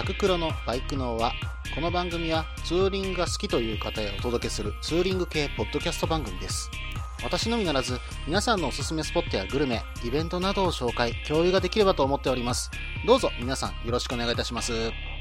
ククロのバイク脳は、この番組はツーリングが好きという方へお届けするツーリング系ポッドキャスト番組です。私のみならず皆さんのおすすめスポットやグルメ、イベントなどを紹介、共有ができればと思っております。どうぞ皆さんよろしくお願いいたします。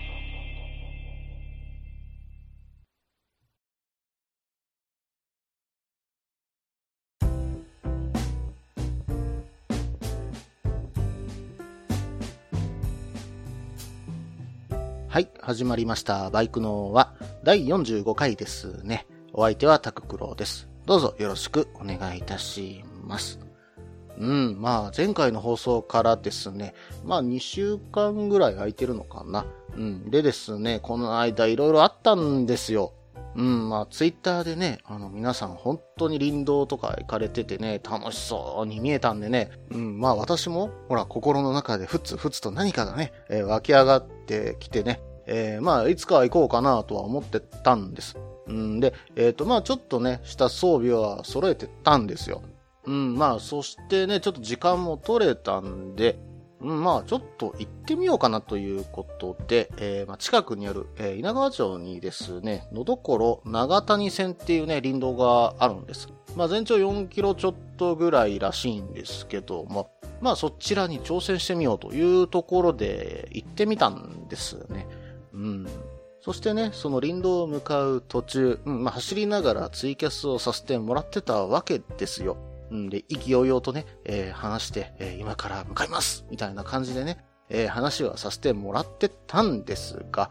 はい、始まりました。バイク脳は第45回ですね。お相手はタククロです。どうぞよろしくお願いいたします。前回の放送からですね、2週間ぐらい空いてるのかな。でですね、この間いろいろあったんですよ。ツイッターでね、皆さん本当に林道とか行かれててね、楽しそうに見えたんでね、私も、心の中でふつふつと何かがね、湧き上がってきてね、いつかは行こうかなとは思ってたんです。で、ちょっとね、した装備は揃えてたんですよ。そしてね、ちょっと時間も取れたんで、ちょっと行ってみようかなということで、近くにある、稲川町にですね、のどころ長谷線っていうね、林道があるんです。全長4キロちょっとぐらいらしいんですけども、そちらに挑戦してみようというところで行ってみたんですね。そしてね、その林道を向かう途中、走りながらツイキャスをさせてもらってたわけですよ。で、意気揚々とね、話して、今から向かいますみたいな感じでね、話はさせてもらってたんですが、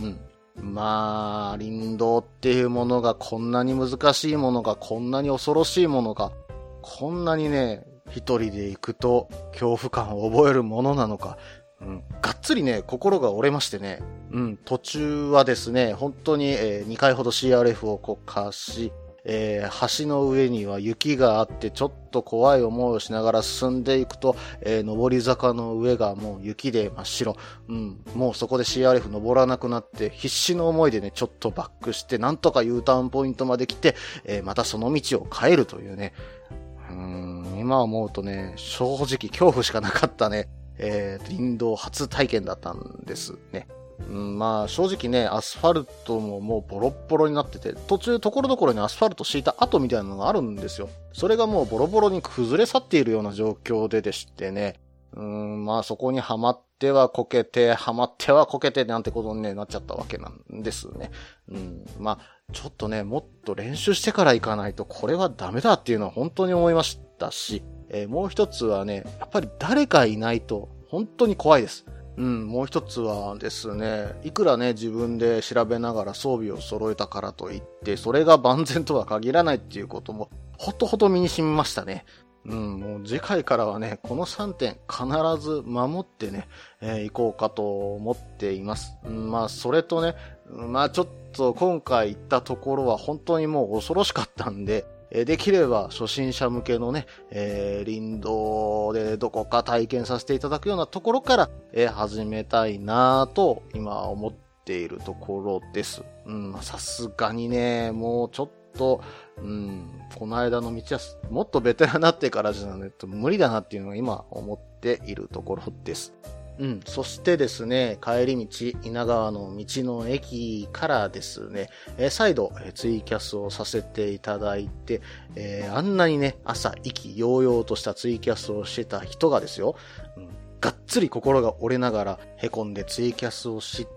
林道っていうものがこんなに難しいものが、こんなに恐ろしいものが、こんなにね、一人で行くと恐怖感を覚えるものなのか、がっつりね、心が折れましてね、途中はですね、本当に、2回ほど CRF をこかし、橋の上には雪があってちょっと怖い思いをしながら進んでいくと、上り坂の上がもう雪で真っ白。もうそこで CRF 登らなくなって必死の思いでね、ちょっとバックしてなんとか U ターンポイントまで来て、またその道を変えるというね。今思うとね、正直恐怖しかなかったね。林道初体験だったんですね。正直ね、アスファルトももうボロッボロになってて、途中ところどころにアスファルト敷いた跡みたいなのがあるんですよ。それがもうボロボロに崩れ去っているような状況でしてね。そこにはまってはこけて、はまってはこけてなんてことに、なっちゃったわけなんですね。ちょっとね、もっと練習してから行かないとこれはダメだっていうのは本当に思いましたし、もう一つはね、やっぱり誰かいないと本当に怖いです。もう一つはですね、いくらね、自分で調べながら装備を揃えたからといって、それが万全とは限らないっていうことも、ほと身に染みましたね。もう次回からはね、この3点必ず守ってね、行こうかと思っています。それとね、ちょっと今回行ったところは本当にもう恐ろしかったんで、できれば初心者向けのね、林道でどこか体験させていただくようなところから、始めたいなぁと今思っているところです。さすがにね、もうちょっと、この間の道はもっとベテランになってからじゃないと無理だなっていうのが今思っているところです。そしてですね、帰り道、稲川の道の駅からですね、再度ツイキャスをさせていただいて、あんなにね、朝意気揚々としたツイキャスをしてた人がですよ、がっつり心が折れながら凹んでツイキャスを知って、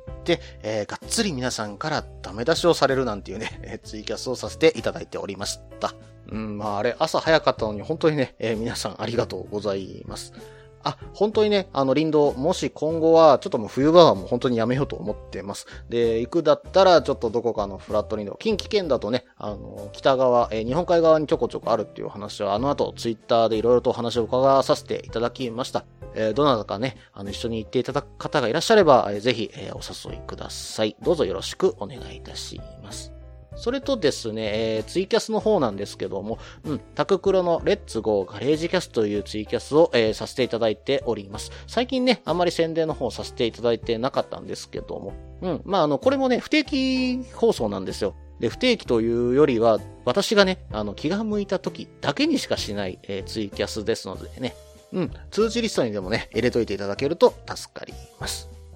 がっつり皆さんからダメ出しをされるなんていうね、ツイキャスをさせていただいておりました。あれ朝早かったのに本当にね、皆さんありがとうございます。本当にね、林道、もし今後は、ちょっともう冬場はもう本当にやめようと思ってます。で、行くだったら、ちょっとどこかのフラット林道、近畿圏だとね、北側、日本海側にちょこちょこあるっていう話は、後、ツイッターでいろいろとお話を伺わさせていただきました。どなたかね、一緒に行っていただく方がいらっしゃれば、ぜひ、お誘いください。どうぞよろしくお願いいたします。それとですね、ツイキャスの方なんですけども、タククロのレッツゴーガレージキャスというツイキャスを、させていただいております。最近ね、あんまり宣伝の方させていただいてなかったんですけども、これもね、不定期放送なんですよ。で、不定期というよりは、私がね、気が向いた時だけにしかしない、ツイキャスですのでね、通知リストにでもね、入れといていただけると助かります。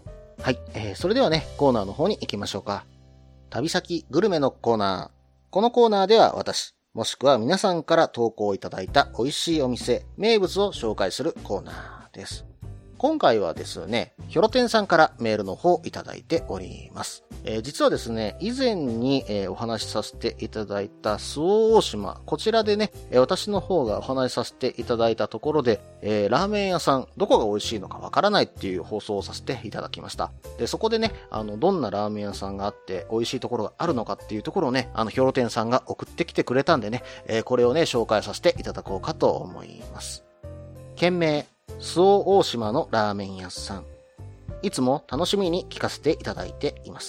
はい、それではね、コーナーの方に行きましょうか。旅先グルメのコーナー。このコーナーでは私、もしくは皆さんから投稿いただいた美味しいお店、名物を紹介するコーナーです。今回はですね、ひょろてんさんからメールの方いただいております。実はですね、以前に、お話しさせていただいた周防大島、こちらでね、私の方がお話しさせていただいたところで、ラーメン屋さん、どこが美味しいのかわからないっていう放送をさせていただきました。で、そこでね、どんなラーメン屋さんがあって美味しいところがあるのかっていうところをね、ひょろてんさんが送ってきてくれたんでね、これをね、紹介させていただこうかと思います。件名、周防大島のラーメン屋さん。いつも楽しみに聞かせていただいています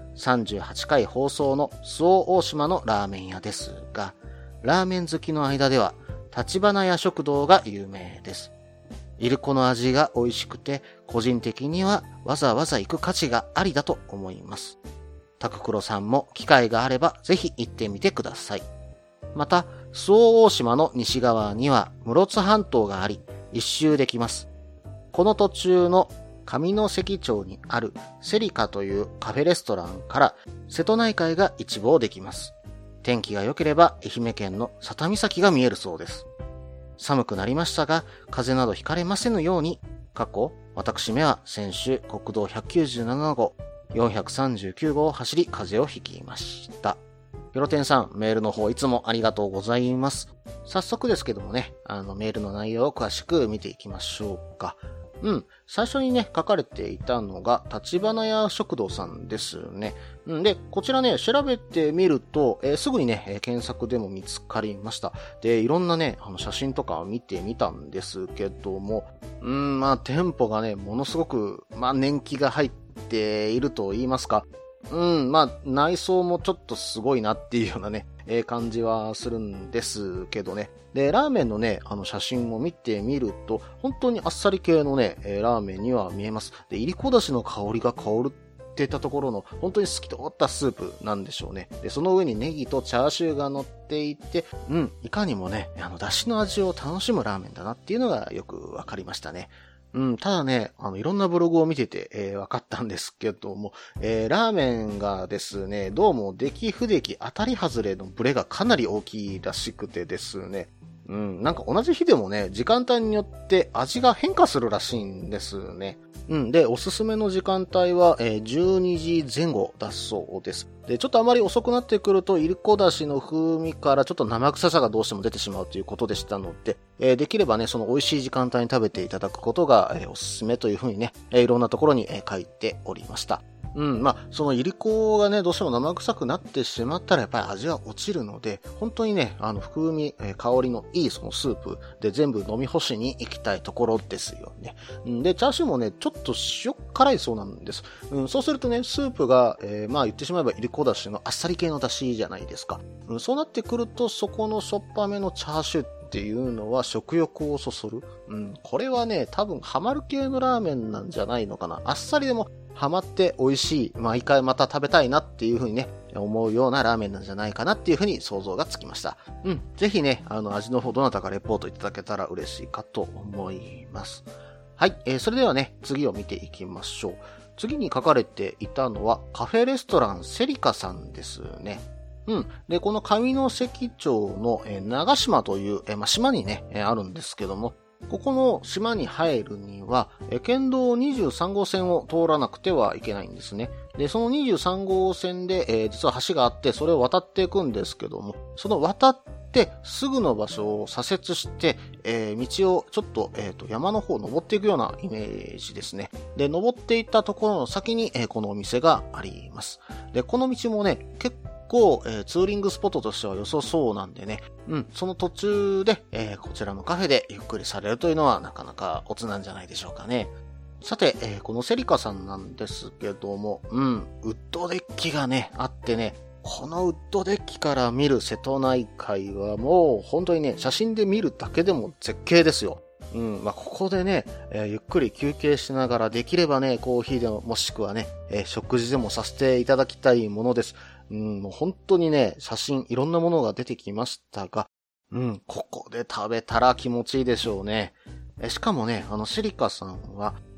。38回放送の周防大島のラーメン屋ですが、ラーメン好きの間では、立花屋食堂が有名です。いるこの味が美味しくて、個人的にはわざわざ行く価値がありだと思います。タククロさんも機会があればぜひ行ってみてください。また、周防大島の西側には室津半島があり、一周できます。この途中の上関町にあるセリカというカフェレストランから瀬戸内海が一望できます。天気が良ければ愛媛県の佐多岬が見えるそうです。寒くなりましたが、風邪などひかれませぬように、過去、私めは先週国道197号、439号を走り風邪をひきました。ひょろてんさん、メールの方いつもありがとうございます。早速ですけどもね、メールの内容を詳しく見ていきましょうか。最初にね、書かれていたのが、立花屋食堂さんですね。で、こちらね、調べてみると、すぐにね、検索でも見つかりました。で、いろんなね、写真とか見てみたんですけども、店舗がね、ものすごく、年季が入っていると言いますか、内装もちょっとすごいなっていうようなね、感じはするんですけどね。で、ラーメンのね、写真を見てみると、本当にあっさり系のね、ラーメンには見えます。で、いりこだしの香りが香るっていったところの、本当に透き通ったスープなんでしょうね。で、その上にネギとチャーシューが乗っていて、いかにもね、だしの味を楽しむラーメンだなっていうのがよくわかりましたね。ただね、いろんなブログを見てて、分かったんですけども、ラーメンがですね、どうも出来不出来当たり外れのブレがかなり大きいらしくてですね、なんか同じ日でもね、時間帯によって味が変化するらしいんですね。で、おすすめの時間帯は、12時前後だそうです。で、ちょっとあまり遅くなってくると、いりこだしの風味からちょっと生臭さがどうしても出てしまうということでしたので、できればね、その美味しい時間帯に食べていただくことが、おすすめというふうにね、いろんなところに、書いておりました。そのいりこがね、どうしても生臭くなってしまったらやっぱり味は落ちるので、本当にね、風味、香りのいいそのスープで全部飲み干しに行きたいところですよね。で、チャーシューもね、ちょっと塩辛いそうなんです。そうするとね、スープが、言ってしまえばいりこだしのあっさり系のだしじゃないですか。そうなってくると、そこのしょっぱめのチャーシューっていうのは食欲をそそる。これはね、多分ハマる系のラーメンなんじゃないのかな。あっさりでもハマって美味しい、毎回また食べたいなっていう風にね、思うようなラーメンなんじゃないかなっていう風に想像がつきました。ぜひね、味の方どなたかレポートいただけたら嬉しいかと思います。はい、それではね、次を見ていきましょう。次に書かれていたのはカフェレストランセリカさんですね。で、この上関町の長島という島にね、あるんですけども、ここの島に入るには、県道23号線を通らなくてはいけないんですね。で、その23号線で、実は橋があって、それを渡っていくんですけども、その渡ってすぐの場所を左折して、道をちょっと、山の方を登っていくようなイメージですね。で、登っていったところの先に、このお店があります。で、この道もね、結構、ツーリングスポットとしては良さそうなんでね、その途中で、こちらのカフェでゆっくりされるというのはなかなかオツなんじゃないでしょうかね。さて、このセリカさんなんですけども、ウッドデッキがね、あってね、このウッドデッキから見る瀬戸内海はもう本当にね、写真で見るだけでも絶景ですよ。ここでね、ゆっくり休憩しながらできればね、コーヒーでももしくはね、食事でもさせていただきたいものです。もう本当にね、写真いろんなものが出てきましたが、ここで食べたら気持ちいいでしょうね。しかもね、セリカさんは、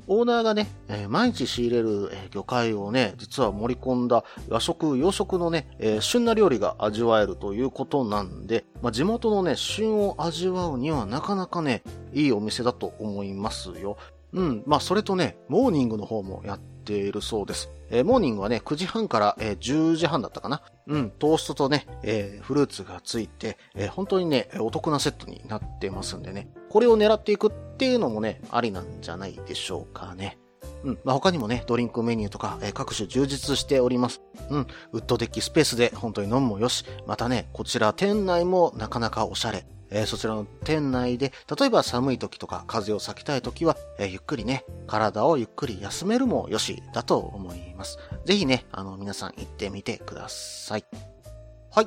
オーナーがね、毎日仕入れる、魚介をね、実は盛り込んだ和食、洋食のね、旬な料理が味わえるということなんで、地元のね、旬を味わうにはなかなかね、いいお店だと思いますよ。それとね、モーニングの方もやっているそうです。モーニングはね、9時半から、10時半だったかな。トーストとね、フルーツがついて、本当にね、お得なセットになってますんでね、これを狙っていくっていうのもね、ありなんじゃないでしょうかね。他にもね、ドリンクメニューとか、各種充実しております。ウッドデッキスペースで本当に飲むもよし、またね、こちら店内もなかなかおしゃれ。そちらの店内で、例えば寒い時とか風を避けたい時は、ゆっくりね、体をゆっくり休めるもよしだと思います。ぜひね、皆さん行ってみてください。はい、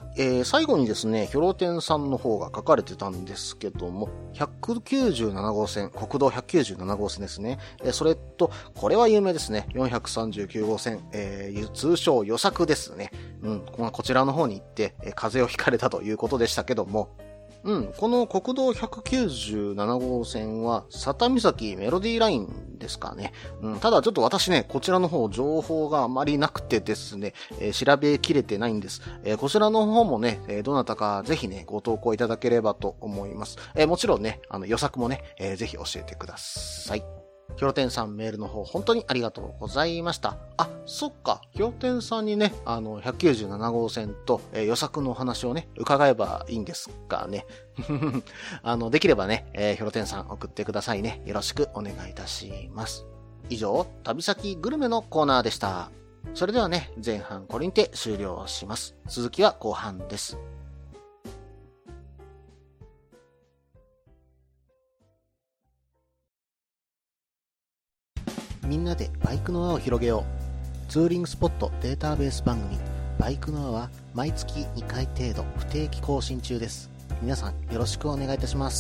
最後にですね、ヒョロテンさんの方が書かれてたんですけども、197号線、国道197号線ですね。それと、これは有名ですね。439号線、通称予作ですね。こちらの方に行って、風邪をひかれたということでしたけども、この国道197号線は、佐多岬メロディーラインですかね。ただちょっと私ね、こちらの方情報があまりなくてですね、調べきれてないんです。こちらの方もね、どなたかぜひね、ご投稿いただければと思います。もちろんね、予作もね、ぜひ教えてください。ヒョロテンさんメールの方本当にありがとうございました。そっか。ヒョロテンさんにね、197号線と、予作のお話をね、伺えばいいんですかね。できればね、ヒョロテンさん送ってくださいね。よろしくお願いいたします。以上、旅先グルメのコーナーでした。それではね、前半これにて終了します。続きは後半です。みんなでバイクの輪を広げよう。ツーリングスポットデータベース番組バイクの輪は毎月2回程度不定期更新中です。皆さんよろしくお願いいたします。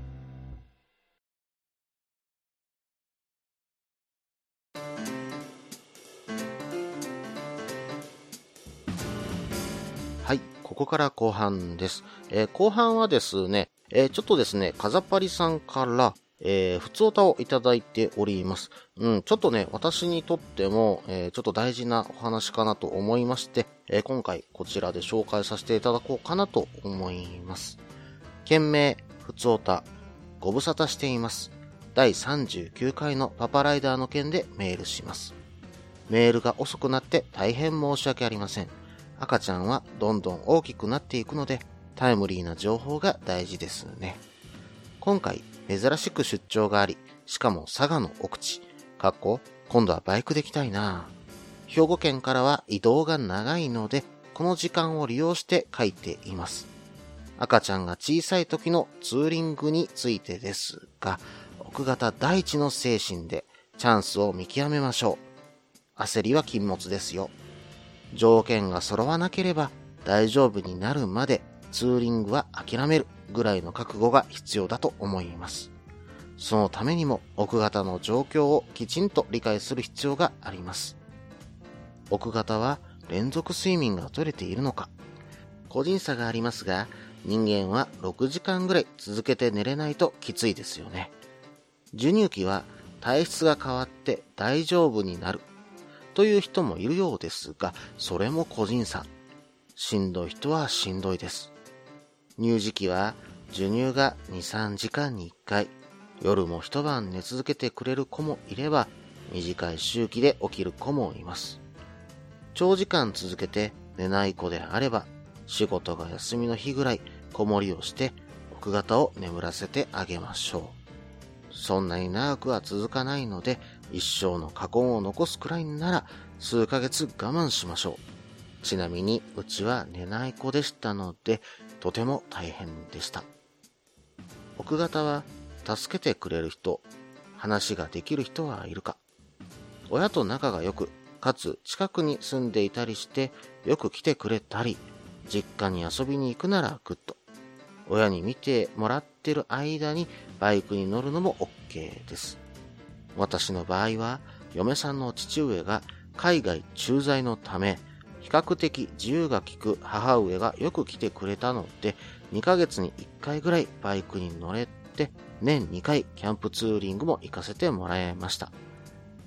はい、ここから後半です。後半はですね、ちょっとですね、かざぱりさんからふつおたをいただいております。ちょっとね、私にとっても、ちょっと大事なお話かなと思いまして、今回こちらで紹介させていただこうかなと思います。件名、ふつおた、ご無沙汰しています。第39回のパパライダーの件でメールします。メールが遅くなって大変申し訳ありません。赤ちゃんはどんどん大きくなっていくので、タイムリーな情報が大事ですね。今回、珍しく出張があり、しかも佐賀の奥地、今度はバイクで来たいな。兵庫県からは移動が長いので、この時間を利用して書いています。赤ちゃんが小さい時のツーリングについてですが、奥方第一の精神でチャンスを見極めましょう。焦りは禁物ですよ。条件が揃わなければ大丈夫になるまでツーリングは諦めるぐらいの覚悟が必要だと思います。そのためにも奥方の状況をきちんと理解する必要があります。奥方は連続睡眠が取れているのか、個人差がありますが、人間は6時間ぐらい続けて寝れないときついですよね。授乳期は体質が変わって大丈夫になるという人もいるようですが、それも個人差。しんどい人はしんどいです。乳児期は授乳が 2,3 時間に1回、夜も一晩寝続けてくれる子もいれば、短い周期で起きる子もいます。長時間続けて寝ない子であれば、仕事が休みの日ぐらい子守りをして奥方を眠らせてあげましょう。そんなに長くは続かないので、一生の過言を残すくらいなら数ヶ月我慢しましょう。ちなみにうちは寝ない子でしたので、とても大変でした。奥方は助けてくれる人、話ができる人はいるか。親と仲が良く、かつ近くに住んでいたりしてよく来てくれたり、実家に遊びに行くならグッド。親に見てもらってる間にバイクに乗るのも OK です。私の場合は嫁さんの父上が海外駐在のため、比較的自由が利く母上がよく来てくれたので、2ヶ月に1回ぐらいバイクに乗れて、年2回キャンプツーリングも行かせてもらいました。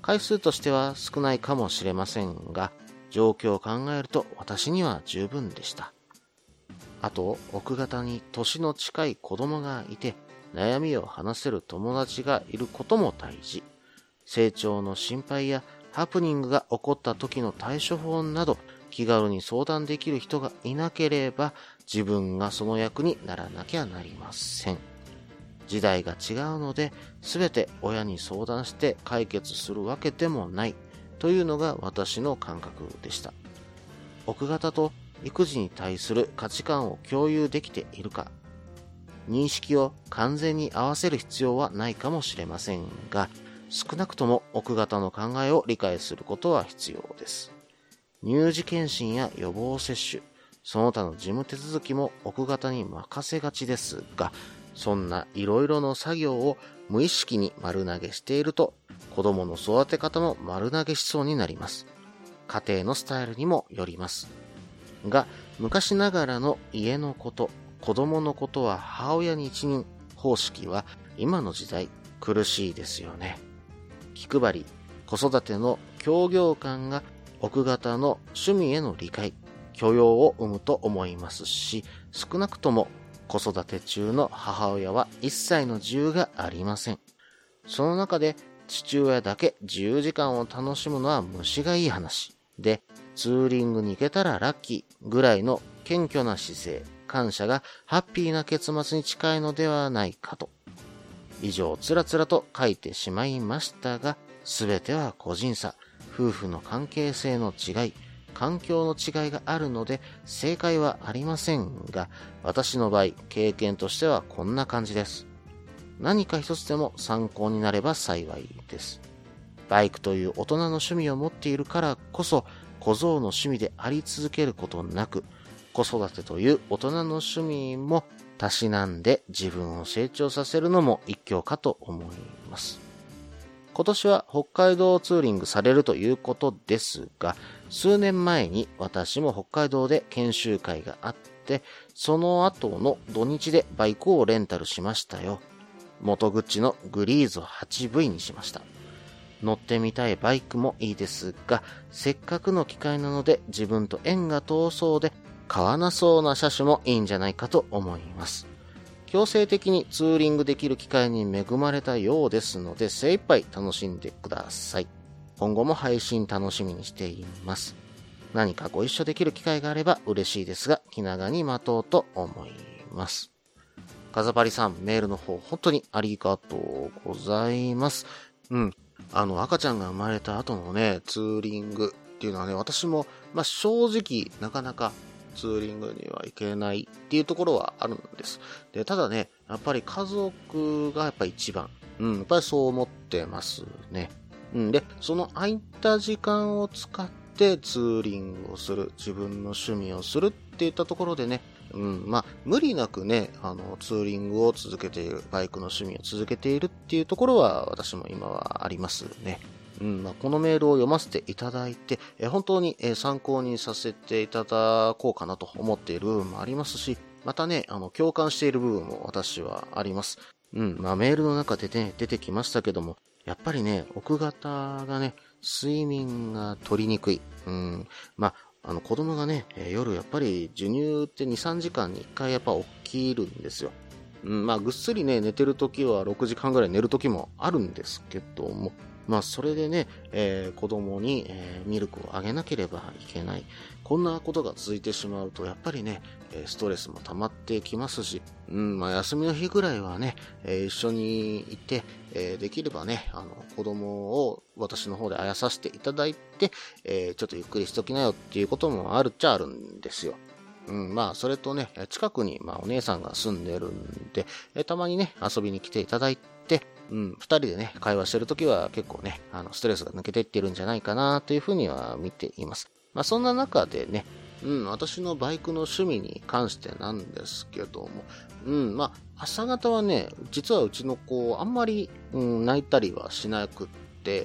回数としては少ないかもしれませんが、状況を考えると私には十分でした。あと、奥方に年の近い子供がいて、悩みを話せる友達がいることも大事。成長の心配やハプニングが起こった時の対処法など、気軽に相談できる人がいなければ、自分がその役にならなきゃなりません。時代が違うので、すべて親に相談して解決するわけでもないというのが私の感覚でした。奥方と育児に対する価値観を共有できているか、認識を完全に合わせる必要はないかもしれませんが、少なくとも奥方の考えを理解することは必要です。乳児検診や予防接種、その他の事務手続きも奥方に任せがちですが、そんないろいろの作業を無意識に丸投げしていると、子供の育て方も丸投げしそうになります。家庭のスタイルにもよります。が、昔ながらの家のこと、子供のことは母親に一任方式は今の時代苦しいですよね。気配り、子育ての協業感が奥方の趣味への理解、許容を生むと思いますし、少なくとも子育て中の母親は一切の自由がありません。その中で父親だけ自由時間を楽しむのは虫がいい話で、ツーリングに行けたらラッキーぐらいの謙虚な姿勢、感謝がハッピーな結末に近いのではないかと。以上つらつらと書いてしまいましたが、すべては個人差、夫婦の関係性の違い、環境の違いがあるので正解はありませんが、私の場合経験としてはこんな感じです。何か一つでも参考になれば幸いです。バイクという大人の趣味を持っているからこそ、小僧の趣味であり続けることなく、子育てという大人の趣味もたしなんで自分を成長させるのも一興かと思います。今年は北海道ツーリングされるということですが、数年前に私も北海道で研修会があって、その後の土日でバイクをレンタルしましたよ。元口のグリーゾ 8V にしました。乗ってみたいバイクもいいですが、せっかくの機会なので自分と縁が遠そうで買わなそうな車種もいいんじゃないかと思います。強制的にツーリングできる機会に恵まれたようですので、精一杯楽しんでください。今後も配信楽しみにしています。何かご一緒できる機会があれば嬉しいですが、気長に待とうと思います。カザパリさん、メールの方本当にありがとうございます。赤ちゃんが生まれた後のね、ツーリングっていうのはね、私も、正直なかなかツーリングには行けないっていうところはあるんです。で、ただね、やっぱり家族がやっぱり一番。やっぱりそう思ってますね。で、その空いた時間を使ってツーリングをする、自分の趣味をするっていったところでね、無理なくね、ツーリングを続けている、バイクの趣味を続けているっていうところは私も今はありますね。このメールを読ませていただいて、本当に参考にさせていただこうかなと思っている部分もありますし、またね、共感している部分も私はあります。メールの中でね、出てきましたけども、やっぱりね、奥方がね、睡眠が取りにくい。子供がね、夜やっぱり授乳って2、3時間に1回やっぱ起きるんですよ。ぐっすりね、寝てる時は6時間ぐらい寝る時もあるんですけども、それでね、子供に、ミルクをあげなければいけない。こんなことが続いてしまうと、やっぱりね、ストレスも溜まってきますし、休みの日ぐらいはね、一緒にいて、できればね、子供を私の方であやさせていただいて、ちょっとゆっくりしときなよっていうこともあるっちゃあるんですよ。それとね、近くに、お姉さんが住んでるんで、たまにね、遊びに来ていただいて、二人でね、会話してるときは結構ね、ストレスが抜けていってるんじゃないかなというふうには見ています。そんな中でね、私のバイクの趣味に関してなんですけども、朝方はね、実はうちの子、あんまり、泣いたりはしなくって、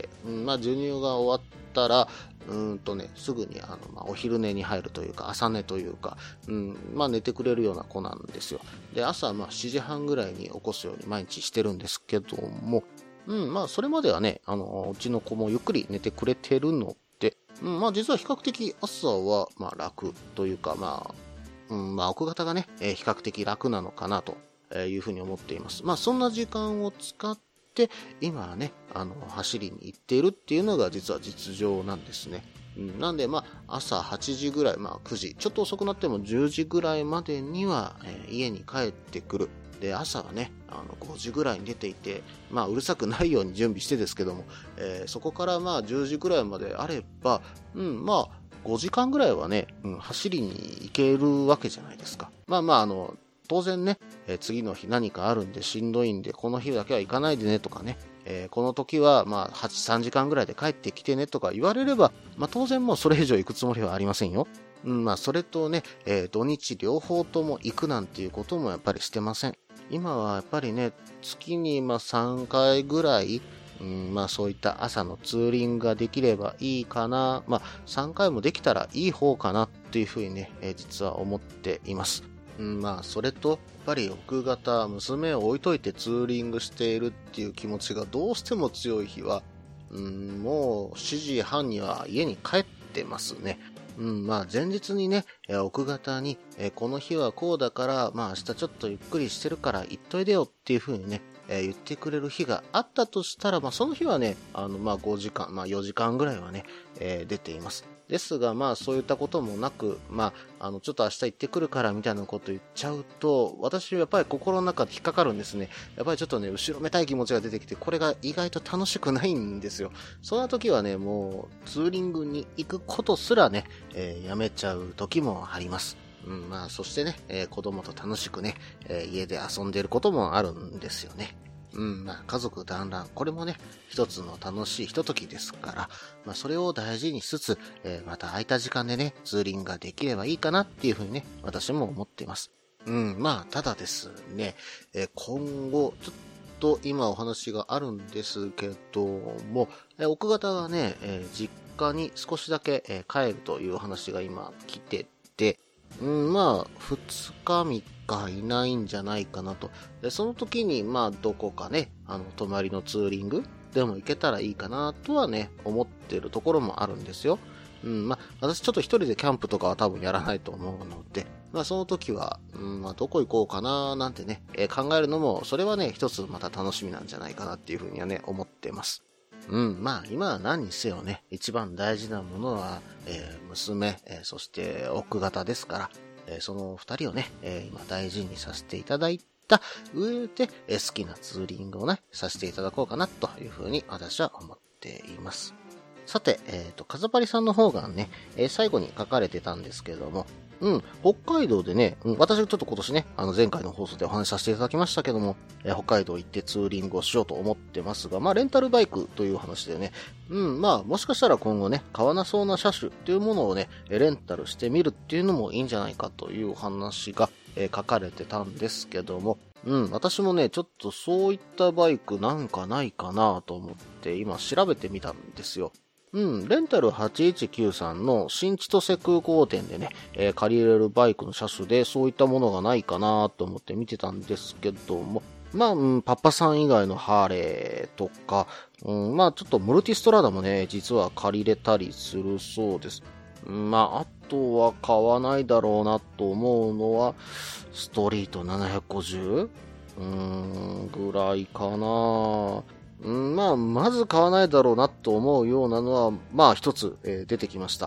授乳が終わったら、すぐにお昼寝に入るというか、朝寝というか、寝てくれるような子なんですよ。で、朝7時半ぐらいに起こすように毎日してるんですけども、 まあ、それまではね、うちの子もゆっくり寝てくれてるので、まあ、実は比較的朝は、まあ、楽というか、まあ、まあ、奥方がね、比較的楽なのかなというふうに思っています。まあ、そんな時間を使って、今はね、走りに行っているっていうのが実は実情なんですね。なんで、まあ、朝8時ぐらい、まあ、9時、ちょっと遅くなっても10時ぐらいまでには、家に帰ってくる。で、朝はね、5時ぐらいに出ていて、まあ、うるさくないように準備してですけども、そこからまあ、10時ぐらいまであれば、まあ、5時間ぐらいはね、走りに行けるわけじゃないですか。まあまあ、当然ね、次の日何かあるんでしんどいんで、この日だけは行かないでねとかね、この時はまあ3時間ぐらいで帰ってきてねとか言われれば、まあ当然もうそれ以上行くつもりはありませんよ。まあそれとね、土日両方とも行くなんていうこともやっぱりしてません。今はやっぱりね、月にまあ3回ぐらい、まあそういった朝のツーリングができればいいかな。まあ3回もできたらいい方かなっていうふうにね、実は思っています。まあそれと、やっぱり奥方、娘を置いといてツーリングしているっていう気持ちがどうしても強い日は、もう7時半には家に帰ってますね。まあ前日にね、奥方に、この日はこうだから、まあ明日ちょっとゆっくりしてるから行っといでよっていう風にね、言ってくれる日があったとしたら、まあその日はね、まあ5時間、まあ4時間ぐらいはね、出ています。ですが、まあそういったこともなく、まあ、ちょっと明日行ってくるからみたいなこと言っちゃうと、私はやっぱり心の中で引っかかるんですね。やっぱりちょっとね、後ろめたい気持ちが出てきて、これが意外と楽しくないんですよ。そんな時はね、もう、ツーリングに行くことすらね、やめちゃう時もあります。まあ、そしてね、子供と楽しくね、家で遊んでることもあるんですよね。まあ、家族団らん、これもね、一つの楽しいひとときですから、まあ、それを大事にしつつ、また空いた時間でね、ツーリングができればいいかなっていうふうにね、私も思っています。まあ、ただですね、今後、ちょっと今お話があるんですけども、奥方がね、実家に少しだけ、帰るという話が今来てて、まあ、2日3日いないんじゃないかなと。で、その時に、まあ、どこかね、泊まりのツーリングでも行けたらいいかなとはね、思ってるところもあるんですよ。まあ、私ちょっと一人でキャンプとかは多分やらないと思うので、まあ、その時は、まあ、どこ行こうかななんてね、考えるのも、それはね、一つまた楽しみなんじゃないかなっていうふうにはね、思ってます。まあ今は何にせよね、一番大事なものは、娘、そして奥方ですから、その二人をね、今大事にさせていただいた上で、好きなツーリングをね、させていただこうかなというふうに私は思っています。さて、かざぱりさんの方がね、最後に書かれてたんですけれども、北海道でね、私ちょっと今年ね、前回の放送でお話しさせていただきましたけども、北海道行ってツーリングをしようと思ってますが、まあ、レンタルバイクという話でね、まあ、もしかしたら今後ね、買わなそうな車種っていうものをね、レンタルしてみるっていうのもいいんじゃないかというお話が、書かれてたんですけども、私もね、ちょっとそういったバイクなんかないかなと思って今調べてみたんですよ。レンタル8193の新千歳空港店でね、借りれるバイクの車種でそういったものがないかなと思って見てたんですけども、まあ、パッパさん以外のハーレーとか、まあちょっとムルティストラダもね、実は借りれたりするそうです。まあ、あとは買わないだろうなと思うのは、ストリート750？ ぐらいかな。まあ、まず買わないだろうなと思うようなのは、まあ一つ、出てきました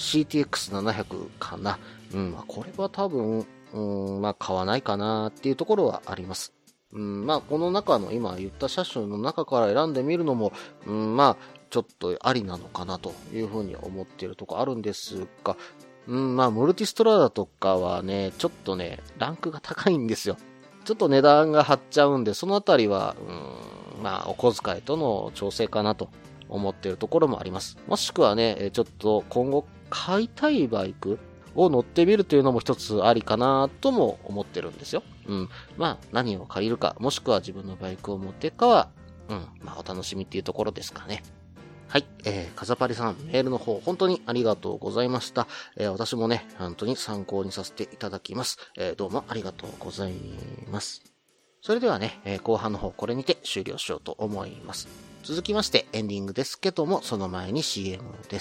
。CTX700 かな。まあこれは多分、まあ買わないかなっていうところはあります。まあこの中の今言った車種の中から選んでみるのも、まあちょっとありなのかなというふうに思っているところあるんですが、まあムルティストラダとかはね、ちょっとね、ランクが高いんですよ。ちょっと値段が張っちゃうんで、そのあたりは、まあ、お小遣いとの調整かなと思っているところもあります。もしくはね、ちょっと今後買いたいバイクを乗ってみるというのも一つありかなとも思ってるんですよ。まあ、何を借りるか、もしくは自分のバイクを持っていくかは、まあ、お楽しみっていうところですかね。はい、かざぱりさん、メールの方、本当にありがとうございました。私もね、本当に参考にさせていただきます。どうもありがとうございます。 それではね、後半の方これにて終了しようと思います。続きましてエンディングですけども、その前に CM です。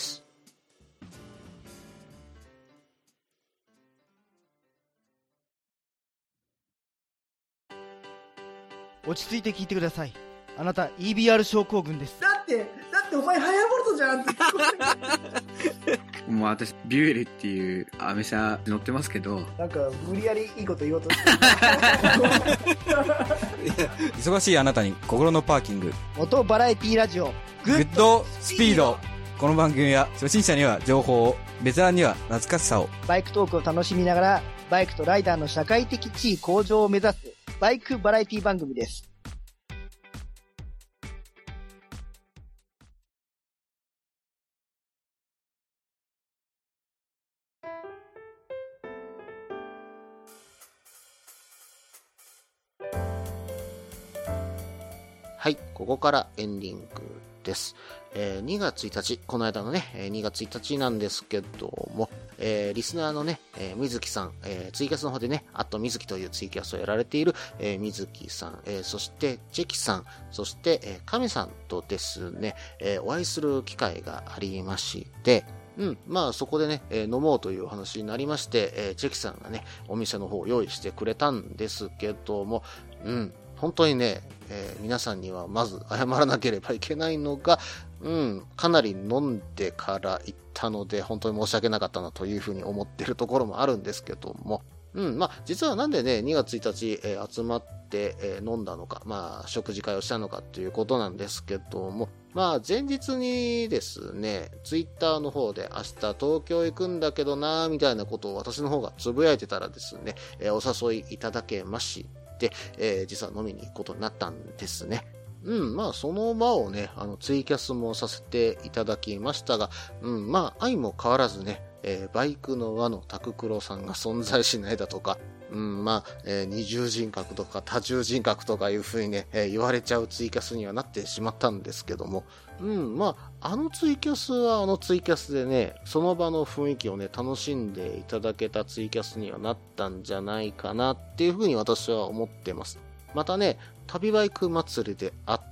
落ち着いて聞いてください。あなた EBR 症候群です。 だってお前ハヤボルトじゃんってもう私ビュエルっていうアメ車乗ってますけど、 なんか無理やりいいこと言おうとして忙しいあなたに心のパーキング、 元バラエティラジオグッドスピード。この番組は初心者には情報を、ベテランには懐かしさを、 バイクトークを楽しみながらバイクとライダーの社会的地位向上を目指すバイクバラエティ番組です。 はい、ここからエンディングです。2月1日、この間のね、2月1日なんですけども、リスナーのね、水木さん、ツイキャスの方でね、水木というツイキャスをやられている、水木さん、そしてチェキさん、そして、亀さんとですね、お会いする機会がありまして、そこでね、飲もうというお話になりまして、チェキさんがね、お店の方を用意してくれたんですけども、本当にね、皆さんにはまず謝らなければいけないのが、かなり飲んでから行ったので、本当に申し訳なかったなというふうに思っているところもあるんですけども、実はなんでね、2月1日、集まって、飲んだのか、食事会をしたのかということなんですけども、前日にですね、ツイッターの方で明日東京行くんだけどなーみたいなことを私の方がつぶやいてたらですね、お誘いいただけまして、実は飲みに行くことになったんですね。その場をね、ツイキャスもさせていただきましたが、相も変わらずね、バイクの輪のタククロさんが存在しないだとか、二重人格とか多重人格とかいう風にね、言われちゃうツイキャスにはなってしまったんですけども、あのツイキャスはツイキャスでね、その場の雰囲気をね、楽しんでいただけたツイキャスにはなったんじゃないかなっていう風に私は思ってます。またね、旅バイク祭りであった、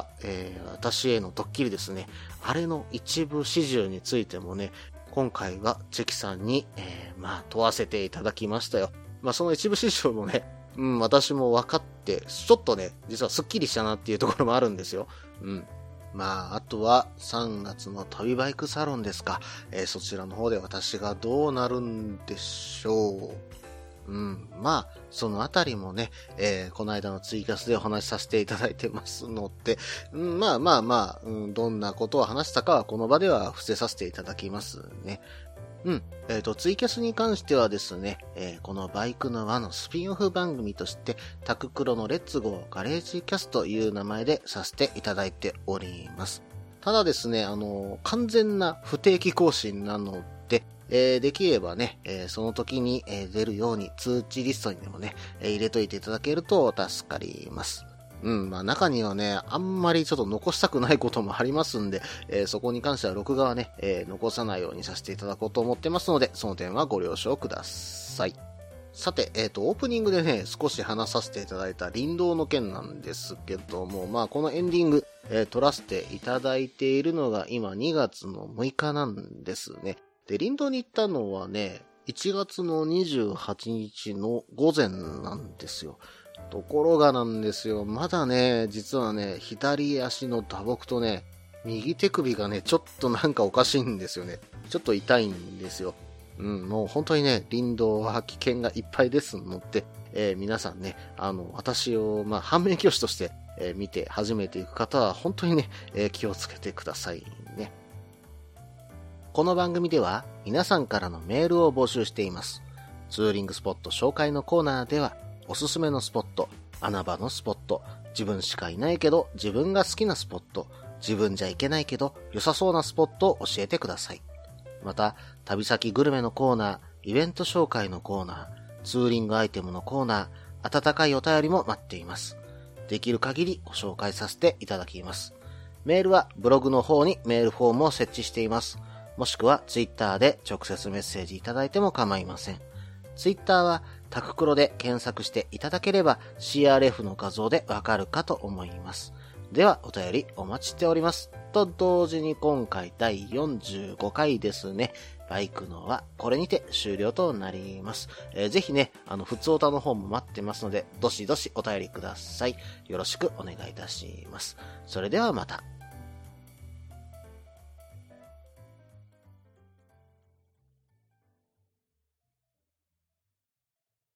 私へのドッキリですね。あれの一部始終についてもね、今回はチェキさんに、問わせていただきましたよ。その一部始終もね、私も分かって、ちょっとね、実はスッキリしたなっていうところもあるんですよ。あとは3月の旅バイクサロンですか。そちらの方で私がどうなるんでしょう。そのあたりもね、この間のツイキャスでお話しさせていただいてますので、どんなことを話したかはこの場では伏せさせていただきますね。ツイキャスに関してはですね、このバイクの輪のスピンオフ番組として、タククロのレッツゴーガレージキャスという名前でさせていただいております。ただですね、完全な不定期更新なので、できればね、その時に、出るように通知リストにでもね、入れといていただけると助かります。中にはね、あんまりちょっと残したくないこともありますんで、そこに関しては録画はね、残さないようにさせていただこうと思ってますので、その点はご了承ください。さて、オープニングでね、少し話させていただいた林道の件なんですけども、このエンディング、撮らせていただいているのが今2月の6日なんですね。で、林道に行ったのはね、1月の28日の午前なんですよ。ところがなんですよ。まだね、実はね、左足の打撲とね、右手首がね、ちょっとなんかおかしいんですよね。ちょっと痛いんですよ。もう本当にね、林道は危険がいっぱいですので、皆さんね、私を、反面教師として、見て初めていく方は本当にね、気をつけてくださいね。この番組では皆さんからのメールを募集しています。ツーリングスポット紹介のコーナーでは、おすすめのスポット、穴場のスポット、自分しかいないけど自分が好きなスポット、自分じゃいけないけど良さそうなスポットを教えてください。また、旅先グルメのコーナー、イベント紹介のコーナー、ツーリングアイテムのコーナー、温かいお便りも待っています。できる限りご紹介させていただきます。メールはブログの方にメールフォームを設置しています。もしくはツイッターで直接メッセージいただいても構いません。ツイッターはタククロで検索していただければ CRF の画像でわかるかと思います。ではお便りお待ちしております。と同時に今回第45回ですね。バイクのはこれにて終了となります。ぜひね、普通歌の方も待ってますので、どしどしお便りください。よろしくお願いいたします。それではまた。